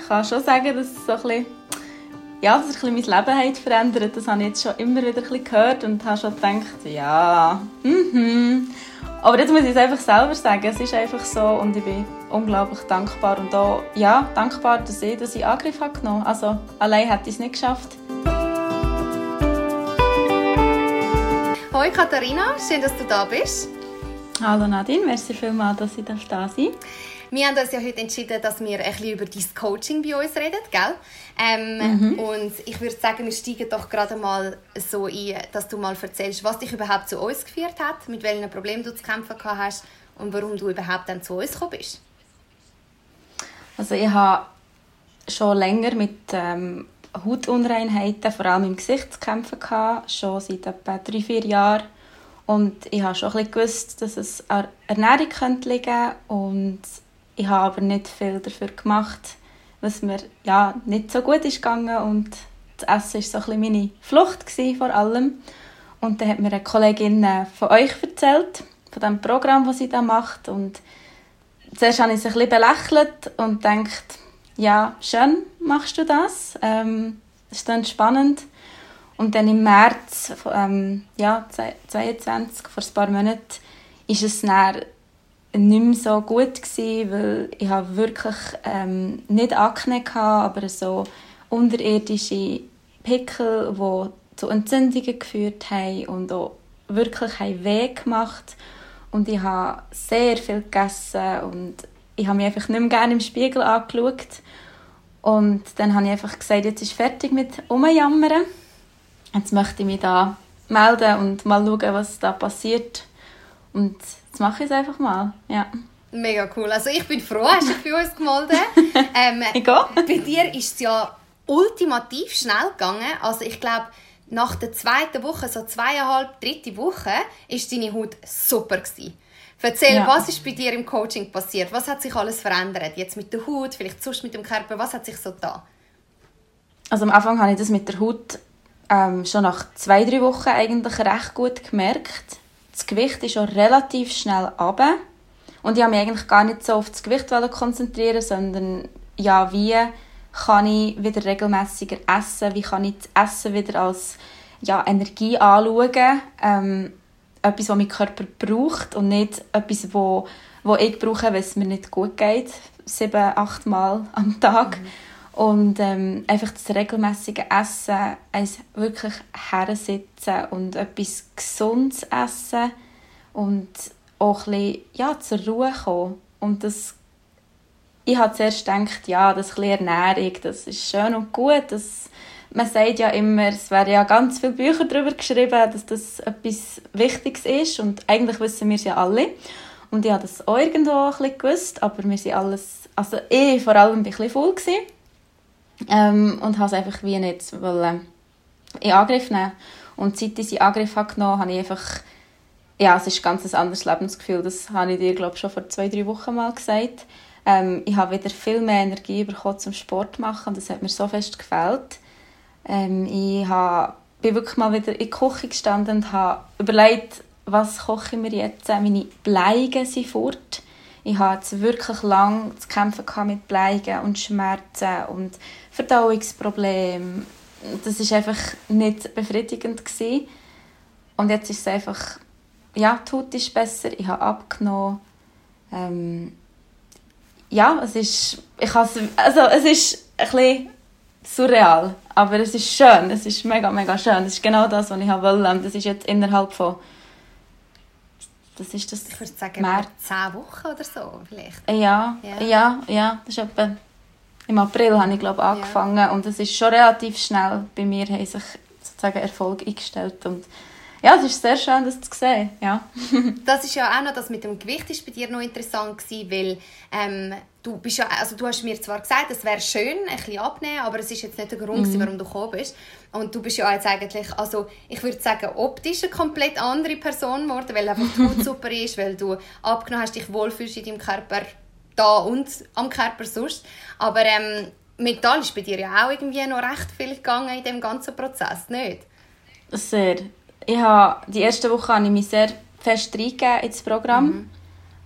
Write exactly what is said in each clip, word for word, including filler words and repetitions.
ich kann schon sagen, dass es so ein bisschen, ja, dass es ein bisschen mein Leben hat verändert. Das habe ich jetzt schon immer wieder ein bisschen gehört und habe schon gedacht, ja, mhm. Aber jetzt muss ich es einfach selber sagen, es ist einfach so und ich bin unglaublich dankbar und auch, ja, dankbar, dass ich, dass ich Angriff habe genommen. Also allein hätte ich es nicht geschafft. Hoi Katharina, schön, dass du da bist. Hallo Nadine, merci vielmals, dass ich da sein darf. Wir haben uns ja heute entschieden, dass wir ein bisschen über dein Coaching bei uns reden, gell? Ähm, mhm. Und ich würde sagen, wir steigen doch gerade mal so ein, dass du mal erzählst, was dich überhaupt zu uns geführt hat, mit welchen Problemen du zu kämpfen gehabt hast und warum du überhaupt dann zu uns gekommen bist. Also ich habe schon länger mit ähm, Hautunreinheiten, vor allem im Gesicht, zu kämpfen gehabt, schon seit etwa drei, vier Jahren. Und ich habe schon ein bisschen gewusst, dass es an Ernährung könnte liegen und ich habe aber nicht viel dafür gemacht, was mir ja, nicht so gut ist gegangen und das Essen war so ein bisschen meine Flucht gewesen, vor allem. Und dann hat mir eine Kollegin von euch erzählt, von dem Programm, das sie da macht. Und zuerst habe ich sie ein bisschen belächelt und gedacht, ja, schön machst du das. Ähm, das ist dann spannend. Und dann im März ähm, ja, zweitausendzweiundzwanzig, vor ein paar Monaten, ist es dann nicht mehr so gut gewesen, weil ich habe wirklich ähm, nicht Akne hatte, aber so unterirdische Pickel, die zu Entzündungen geführt haben und auch wirklich weh gemacht. Und ich habe sehr viel gegessen und ich habe mich einfach nicht mehr gerne im Spiegel angeschaut. Und dann habe ich einfach gesagt, jetzt ist fertig mit Rumjammern. Jetzt möchte ich mich da melden und mal schauen, was da passiert. Und jetzt mache ich es einfach mal. Ja. Mega cool. Also ich bin froh, hast du dich bei uns gemeldet. ähm, ich gehe. Bei dir ist es ja ultimativ schnell gegangen. Also ich glaube, nach der zweiten Woche, so zweieinhalb, dritte Woche, war deine Haut super gewesen. Erzähl, ja. Was ist bei dir im Coaching passiert? Was hat sich alles verändert? Jetzt mit der Haut, vielleicht sonst mit dem Körper. Was hat sich so getan? Also am Anfang habe ich das mit der Haut ähm, schon nach zwei, drei Wochen eigentlich recht gut gemerkt. Das Gewicht ist auch relativ schnell runter. Und ich habe mich eigentlich gar nicht so auf das Gewicht konzentrieren, sondern ja, wie kann ich wieder regelmäßiger essen? Wie kann ich das Essen wieder als ja, Energie anschauen? Ähm, etwas, was mein Körper braucht und nicht etwas, wo, wo ich brauche, wenn es mir nicht gut geht. Sieben, acht Mal am Tag. Mhm. Und ähm, einfach das regelmäßige Essen, eins wirklich hersitzen und etwas Gesundes essen und auch ein bisschen, ja, zur Ruhe kommen. Und das, ich habe zuerst gedacht, ja, das ist ein bisschen Ernährung, das ist schön und gut. Das, man sagt ja immer, es werden ja ganz viele Bücher darüber geschrieben, dass das etwas Wichtiges ist und eigentlich wissen wir es ja alle. Und ich habe das auch irgendwo ein bisschen gewusst, aber wir sind alles, also ich vor allem ein bisschen faul gewesen. Ähm, und habe es einfach wie nicht wollen, in Angriff nehmen. Und seit ich in Angriff habe genommen habe, ich einfach, ja, es ist ein ganz anderes Lebensgefühl. Das habe ich dir, glaube ich, schon vor zwei, drei Wochen mal gesagt. Ähm, ich habe wieder viel mehr Energie bekommen zum Sport machen und das hat mir so fest gefällt. Ähm, ich habe, bin wirklich mal wieder in die Küche gestanden und habe überlegt, was koche ich mir jetzt. Meine Bleigen sind fort. Ich hatte jetzt wirklich lange zu kämpfen mit Bleigen und Schmerzen und Verdauungsproblemen. Das war einfach nicht befriedigend gewesen. Und jetzt ist es einfach, ja, die Haut ist besser, ich habe abgenommen. Ähm, ja, es ist, ich also es ist ein bisschen surreal, aber es ist schön, es ist mega, mega schön. Das ist genau das, was ich wollte. Das ist jetzt innerhalb von Das ist das ich würde sagen, März. zehn Wochen oder so vielleicht. Ja, ja, ja, ja, das ist etwa im April habe ich glaube angefangen ja. Und es ist schon relativ schnell bei mir haben sich sozusagen Erfolg eingestellt und ja, es ist sehr schön, das zu sehen, ja. Das ist ja auch noch, das mit dem Gewicht ist bei dir noch interessant gewesen, weil ähm, du bist ja, also du hast mir zwar gesagt, es wäre schön, ein bisschen abnehmen, aber es ist jetzt nicht der Grund, mhm. warum du gekommen bist. Und du bist ja jetzt eigentlich, also ich würde sagen, optisch eine komplett andere Person geworden, weil einfach die Haut super ist, weil du abgenommen hast, dich wohlfühlst in deinem Körper da und am Körper sonst. Aber ähm, mental ist bei dir ja auch irgendwie noch recht viel gegangen in diesem ganzen Prozess, nicht? Sehr. Ich habe, die erste Woche habe ich mich sehr fest reingegeben ins Programm. Mhm.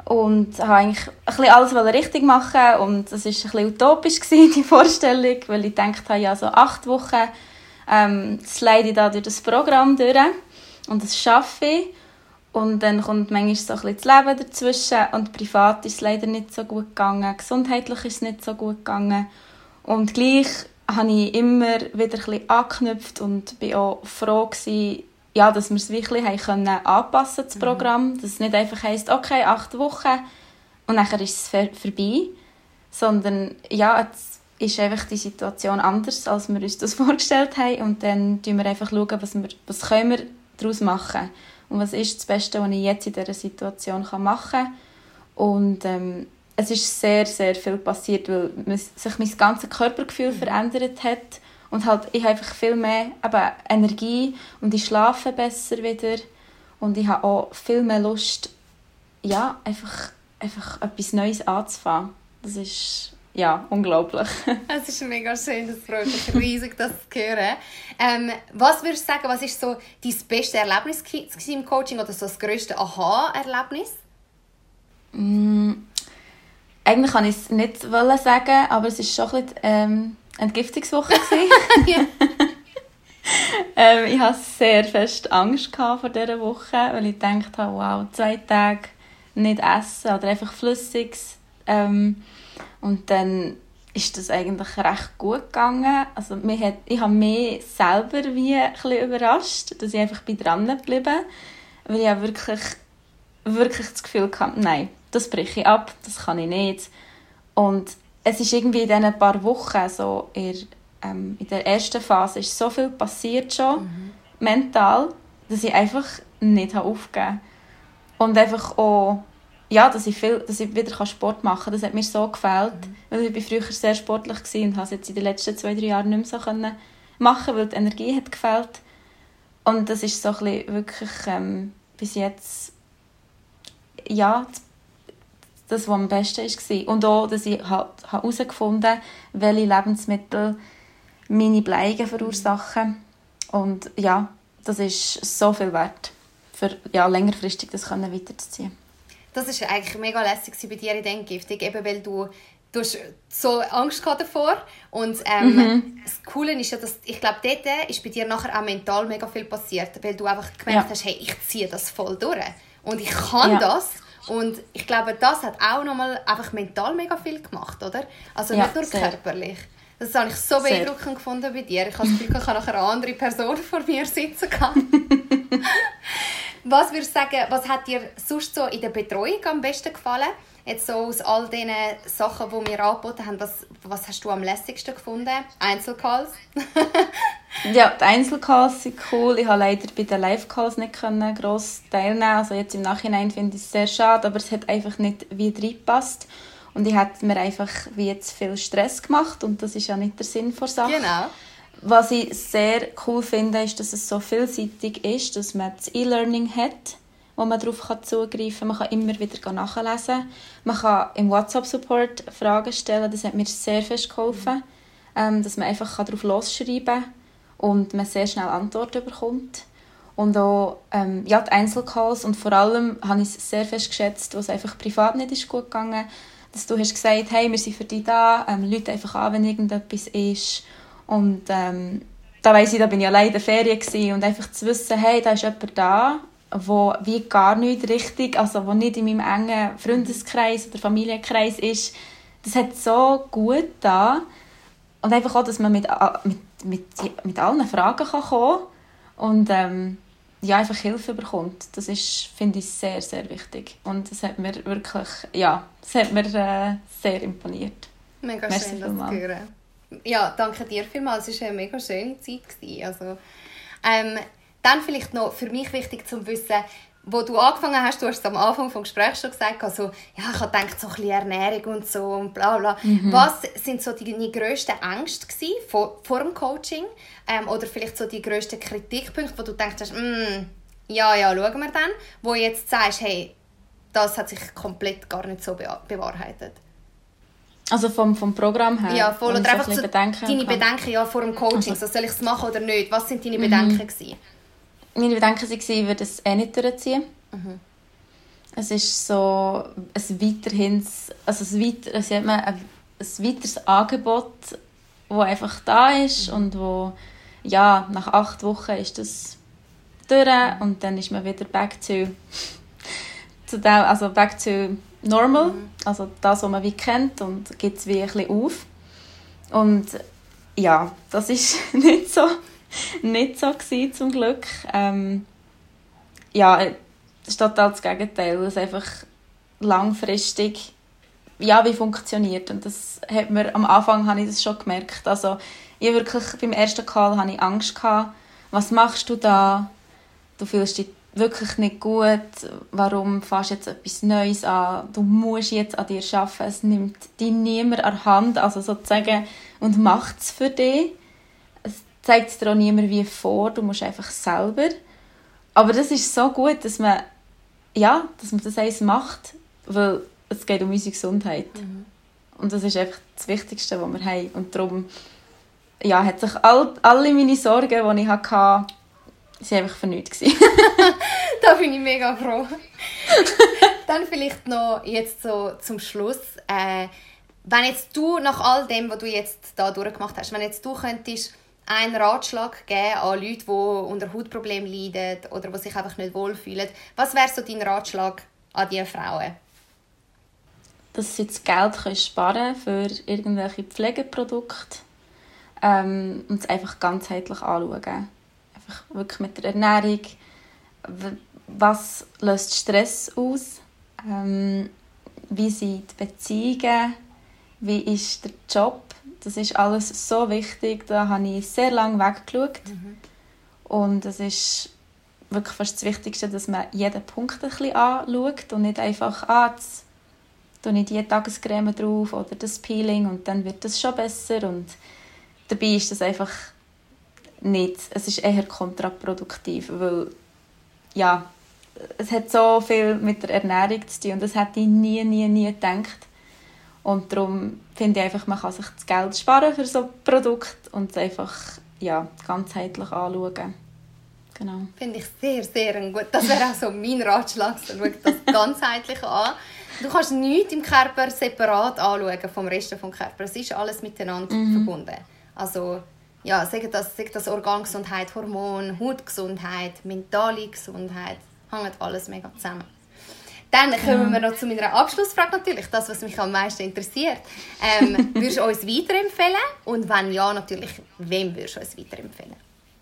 und habe eigentlich ein bisschen alles richtig machen und das war ein bisschen utopisch, die Vorstellung, weil ich gedacht habe, ja, so acht Wochen ähm, slide ich da durch das Programm durch und das schaffe ich. Und dann kommt manchmal so ein bisschen das Leben dazwischen und privat ist es leider nicht so gut gegangen, gesundheitlich ist es nicht so gut gegangen. Und gleich habe ich immer wieder ein bisschen angeknüpft und war auch froh gewesen, ja, dass wir es wirklich haben können anpassen, das Programm. Dass es nicht einfach heisst, okay, acht Wochen und dann ist es vor- vorbei. Sondern ja, jetzt ist einfach die Situation anders, als wir uns das vorgestellt haben. Und dann schauen wir einfach, schauen, was, wir, was können wir daraus machen können. Und was ist das Beste, was ich jetzt in dieser Situation machen kann. Und ähm, es ist sehr, sehr viel passiert, weil sich mein ganzes Körpergefühl verändert hat. Und halt, ich habe einfach viel mehr eben, Energie und ich schlafe besser wieder. Und ich habe auch viel mehr Lust, ja, einfach, einfach etwas Neues anzufangen. Das ist ja, unglaublich. Es ist mega schön, das freut mich riesig, das zu hören. Ähm, was würdest du sagen, was ist so dein beste Erlebnis im Coaching oder so das grösste Aha-Erlebnis? Mm, eigentlich kann ich es nicht sagen, aber es war schon ein bisschen ähm, Entgiftungswoche. Ja. ähm, ich hatte sehr fest Angst vor dieser Woche, weil ich gedacht habe, wow, zwei Tage nicht essen oder einfach Flüssiges. Ähm, Und dann ist das eigentlich recht gut gegangen. Also, mich hat, ich habe mich selber wie ein bisschen überrascht, dass ich einfach dran geblieben bin. Weil ich habe wirklich, wirklich das Gefühl hatte, nein, das breche ich ab, das kann ich nicht. Und es ist irgendwie in diesen paar Wochen, so in, ähm, in der ersten Phase, ist so viel passiert schon, mhm. mental, dass ich einfach nicht aufgegeben habe. Und einfach auch, ja, dass ich, viel, dass ich wieder Sport machen kann, das hat mir so gefällt. Mhm. Weil ich war früher sehr sportlich war und konnte es jetzt in den letzten zwei, drei Jahren nicht mehr so machen, weil die Energie hat gefällt. Und das ist so ein bisschen wirklich ähm, bis jetzt ja, das, was am besten war. Und auch, dass ich herausgefunden habe, welche Lebensmittel meine Bleigen verursachen. Und ja, das ist so viel wert, für ja, längerfristig das weiterzuziehen. Das war eigentlich mega lässig bei dir in der Entgiftung, eben weil du, du hast so Angst davor und ähm, mhm. das Coole ist ja, dass ich glaube, dort ist bei dir nachher auch mental mega viel passiert, weil du einfach gemerkt ja. hast, hey, ich ziehe das voll durch und ich kann ja. das und ich glaube, das hat auch nochmal einfach mental mega viel gemacht, oder? Also ja, nicht nur sehr. Körperlich. Das habe ich so beeindruckend gefunden bei dir. Ich habe das Gefühl, ich kann nachher eine andere Person vor mir sitzen kann. Was würdest du sagen, was hat dir sonst so in der Betreuung am besten gefallen? Jetzt so aus all diesen Sachen, die wir angeboten haben, was, was hast du am lässigsten gefunden? Einzelcalls? Ja, die Einzelcalls sind cool. Ich konnte leider bei den Live-Calls nicht gross teilnehmen. Also jetzt im Nachhinein finde ich es sehr schade, aber es hat einfach nicht wie reingepasst. Und ich hatte mir einfach wie jetzt viel Stress gemacht und das ist ja nicht der Sinn der Sache. Genau. Was ich sehr cool finde, ist, dass es so vielseitig ist, dass man das E-Learning hat, wo man darauf zugreifen kann. Man kann immer wieder nachlesen. Man kann im WhatsApp-Support Fragen stellen. Das hat mir sehr fest geholfen, ähm, dass man einfach darauf losschreiben kann und man sehr schnell Antworten bekommt. Und auch ähm, ja, die Einzelcalls. Und vor allem habe ich es sehr fest geschätzt, was einfach privat nicht ist gut gegangen. Dass du hast gesagt, hey, wir sind für dich da, ähm, Leute einfach an, wenn irgendetwas ist. Und ähm, da weiss ich, da bin ich allein in der Ferien gewesen, und einfach zu wissen, hey, da ist jemand da, der wie gar nicht richtig, also der nicht in meinem engen Freundeskreis oder Familienkreis ist, das hat so gut da. Und einfach auch, dass man mit, mit, mit, mit allen Fragen kann kommen und ähm, ja, einfach Hilfe bekommt. Das ist, finde ich, sehr, sehr wichtig. Und das hat mir wirklich, ja, das hat mir äh, sehr imponiert. Mega Merci schön, das zu hören. Ja, danke dir vielmals. Es war eine mega schöne Zeit. Also, ähm, dann vielleicht noch für mich wichtig zu wissen, wo du angefangen hast, du hast es am Anfang des Gesprächs schon gesagt, also, ja, ich habe gedacht, so ein bisschen Ernährung und so und bla bla. Mhm. Was sind so deine grössten Ängste gewesen vor, vor dem Coaching? Ähm, oder vielleicht so die grössten Kritikpunkte, wo du denkst, mm, ja, ja, schauen wir dann. Wo du jetzt sagst, hey, das hat sich komplett gar nicht so bewahrheitet. Also vom, vom Programm her? Ja, voll. Oder einfach so Bedenken deine kann. Bedenken ja, vor dem Coaching. Also, soll ich es machen oder nicht? Was sind deine mhm. Bedenken gewesen? Meine Bedenken waren, ich würde es eh nicht durchziehen. Mhm. Es ist so ein weiterhin, also ein, weiter, also ein, ein weiteres Angebot, das einfach da ist und wo, ja, nach acht Wochen ist das durch und dann ist man wieder back to, zu dem, also back to normal, mhm. also das, was man wie kennt und gibt es wie ein bisschen auf. Und ja, das war nicht so, nicht so gewesen, zum Glück. Ähm, ja, das ist total das Gegenteil, weil es einfach langfristig ja, wie funktioniert. Und das hat mir, am Anfang habe ich das schon gemerkt. Also, ich wirklich, beim ersten Call hatte ich Angst gehabt. Was machst du da? Du fühlst dich wirklich nicht gut. Warum fährst du jetzt etwas Neues an? Du musst jetzt an dir arbeiten. Es nimmt dich niemand an die Hand, also sozusagen, und macht es für dich. Es zeigt es dir auch niemand wie vor. Du musst einfach selber. Aber das ist so gut, dass man, ja, dass man das eins macht, weil es geht um unsere Gesundheit. Mhm. Und das ist einfach das Wichtigste, was wir haben. Und darum ja, hat sich all, alle meine Sorgen, die ich hatte, sie einfach für nichts gewesen. Da bin ich mega froh. Dann vielleicht noch jetzt so zum Schluss. Äh, wenn jetzt du nach all dem, was du jetzt da durchgemacht hast, wenn jetzt du könntest einen Ratschlag geben an Leute, die unter Hautproblemen leiden oder die sich einfach nicht wohlfühlen, was wäre so dein Ratschlag an diese Frauen? Dass sie das Geld sparen können für irgendwelche Pflegeprodukte ähm, und es einfach ganzheitlich anschauen. Einfach wirklich mit der Ernährung, was löst Stress aus, ähm, wie sind die Beziehungen, wie ist der Job. Das ist alles so wichtig. Da habe ich sehr lange weggeschaut. Mhm. Und es ist wirklich fast das Wichtigste, dass man jeden Punkt ein bisschen anschaut und nicht einfach, ah, jetzt tue ich diese Tagescreme drauf oder das Peeling und dann wird das schon besser. Und dabei ist das einfach nicht. Es ist eher kontraproduktiv, weil ja, es hat so viel mit der Ernährung zu tun und das hätte ich nie, nie, nie gedacht. Und darum finde ich einfach, man kann sich das Geld sparen für so ein Produkt und es einfach ja, ganzheitlich anschauen. Genau. Finde ich sehr, sehr gut. Das wäre auch so mein Ratschlag. Schau das ganzheitlich an. Du kannst nichts im Körper separat anschauen vom Rest des Körpers. Es ist alles miteinander mhm. verbunden. Also, ja, sei das, sei das Organgesundheit, Hormon, Hautgesundheit, mentale Gesundheit, hängt alles mega zusammen. Dann kommen wir noch zu meiner Abschlussfrage natürlich, das, was mich am meisten interessiert. Ähm, würdest du uns weiterempfehlen? Und wenn ja, natürlich, wem würdest du uns weiterempfehlen?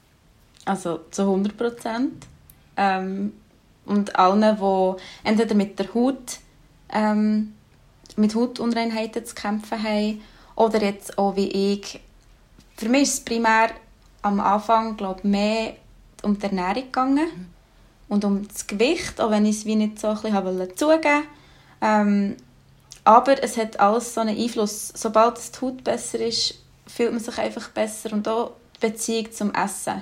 Also zu hundert Prozent. Ähm, und allen, die entweder mit der Haut, ähm, mit Hautunreinheiten zu kämpfen haben oder jetzt auch wie ich. Für mich ist es primär am Anfang, glaube ich, mehr um die Ernährung gegangen. Mhm. Und um das Gewicht, auch wenn ich es wie nicht so ein bisschen zugeben ähm, aber es hat alles so einen Einfluss. Sobald die Haut besser ist, fühlt man sich einfach besser. Und auch die Beziehung zum Essen.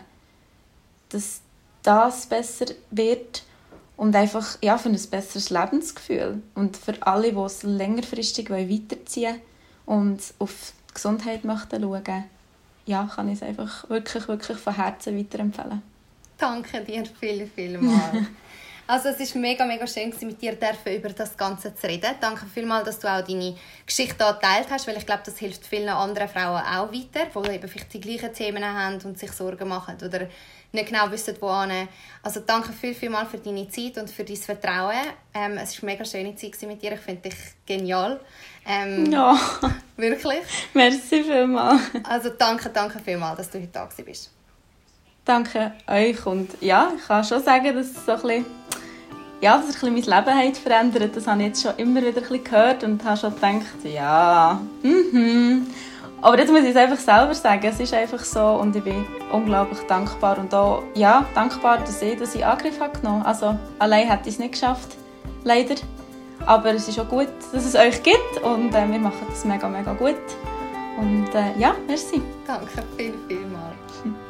Dass das besser wird und einfach ja, für ein besseres Lebensgefühl. Und für alle, die es längerfristig weiterziehen wollen und auf die Gesundheit möchten schauen, ja, kann ich es einfach wirklich, wirklich von Herzen weiterempfehlen. Danke dir viel, viel mal. Also es war mega, mega schön, mit dir über das Ganze zu reden. Danke vielmals, dass du auch deine Geschichte geteilt hast, weil ich glaube, das hilft vielen anderen Frauen auch weiter, die eben vielleicht die gleichen Themen haben und sich Sorgen machen oder nicht genau wissen, wohin. Also danke viel, viel mal für deine Zeit und für dein Vertrauen. Ähm, es war eine mega schöne Zeit mit dir. Ich finde dich genial. Ähm, ja. Wirklich. Merci vielmals. Also danke, danke vielmals, dass du heute da bist. Danke euch und ja, ich kann schon sagen, dass es so ein bisschen, ja, dass ein bisschen mein Leben hat verändert. Das habe ich jetzt schon immer wieder ein bisschen gehört und habe schon gedacht, ja, mhm. Aber jetzt muss ich es einfach selber sagen, es ist einfach so und ich bin unglaublich dankbar und auch, ja, dankbar, dass ich, dass ich Angriff habe genommen. Also allein hätte ich es nicht geschafft, leider. Aber es ist auch gut, dass es euch gibt und äh, wir machen das mega, mega gut. Und äh, ja, merci. Danke viel, viel mal.